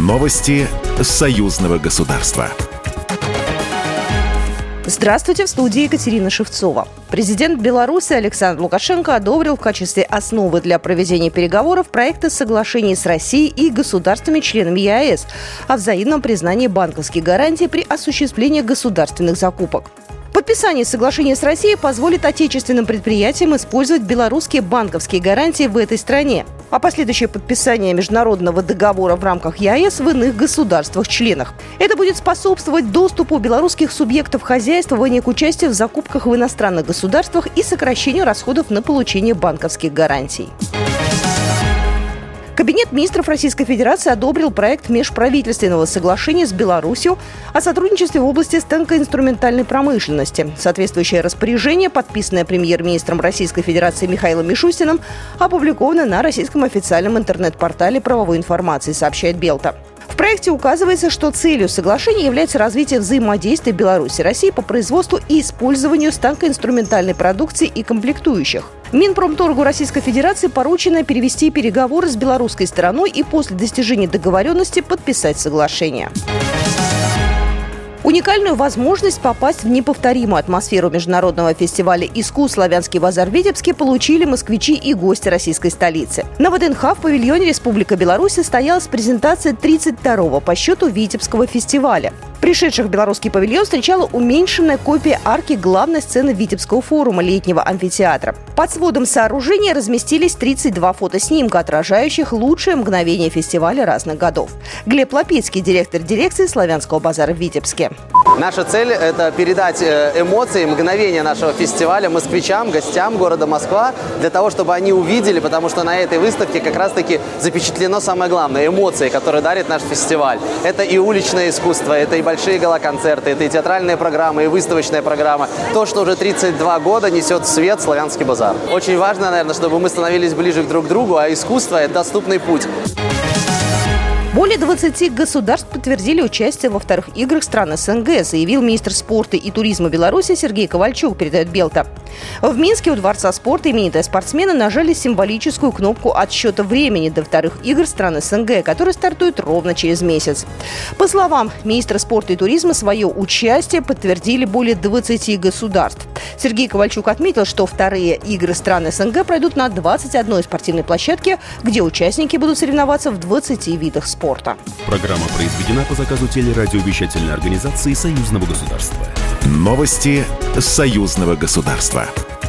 Новости союзного государства. Здравствуйте, в студии Екатерина Шевцова. Президент Беларуси Александр Лукашенко одобрил в качестве основы для проведения переговоров проекты соглашений с Россией и государствами-членами ЕАЭС о взаимном признании банковских гарантий при осуществлении государственных закупок. Подписание соглашения с Россией позволит отечественным предприятиям использовать белорусские банковские гарантии в этой стране, а последующее подписание международного договора в рамках ЕАЭС в иных государствах-членах. Это будет способствовать доступу белорусских субъектов хозяйствования к участию в закупках в иностранных государствах и сокращению расходов на получение банковских гарантий. Кабинет министров Российской Федерации одобрил проект межправительственного соглашения с Беларусью о сотрудничестве в области тонкоинструментальной промышленности. Соответствующее распоряжение, подписанное премьер-министром Российской Федерации Михаилом Мишустиным, опубликовано на российском официальном интернет-портале правовой информации, сообщает Белта. В проекте указывается, что целью соглашения является развитие взаимодействия Беларуси и России по производству и использованию тонкоинструментальной продукции и комплектующих. Минпромторгу Российской Федерации поручено перевести переговоры с белорусской стороной и после достижения договоренности подписать соглашение. Уникальную возможность попасть в неповторимую атмосферу международного фестиваля искусств «Славянский базар» в Витебске получили москвичи и гости российской столицы. На ВДНХ в павильоне Республика Беларусь состоялась презентация 32-го по счету Витебского фестиваля. Пришедших в белорусский павильон встречала уменьшенная копия арки главной сцены Витебского форума летнего амфитеатра. Под сводом сооружения разместились 32 фотоснимка, отражающих лучшие мгновения фестиваля разных годов. Глеб Лапицкий, директор дирекции «Славянского базара» в Витебске. Наша цель – это передать эмоции, мгновения нашего фестиваля москвичам, гостям города Москва, для того, чтобы они увидели, потому что на этой выставке как раз-таки запечатлено самое главное – эмоции, которые дарит наш фестиваль. Это и уличное искусство, это и большие гала-концерты, это и театральные программы, и выставочная программа. То, что уже 32 года несет в свет Славянский базар. Очень важно, наверное, чтобы мы становились ближе друг к другу, а искусство – это доступный путь. Более 20 государств подтвердили участие во вторых играх стран СНГ, заявил министр спорта и туризма Беларуси Сергей Ковальчук, передает Белта. В Минске у Дворца спорта именитые спортсмены нажали символическую кнопку отсчета времени до вторых игр стран СНГ, которые стартуют ровно через месяц. По словам министра спорта и туризма, свое участие подтвердили более 20 государств. Сергей Ковальчук отметил, что вторые игры стран СНГ пройдут на 21 спортивной площадке, где участники будут соревноваться в 20 видах спорта. Программа произведена по заказу телерадиовещательной организации Союзного государства. Новости союзного государства.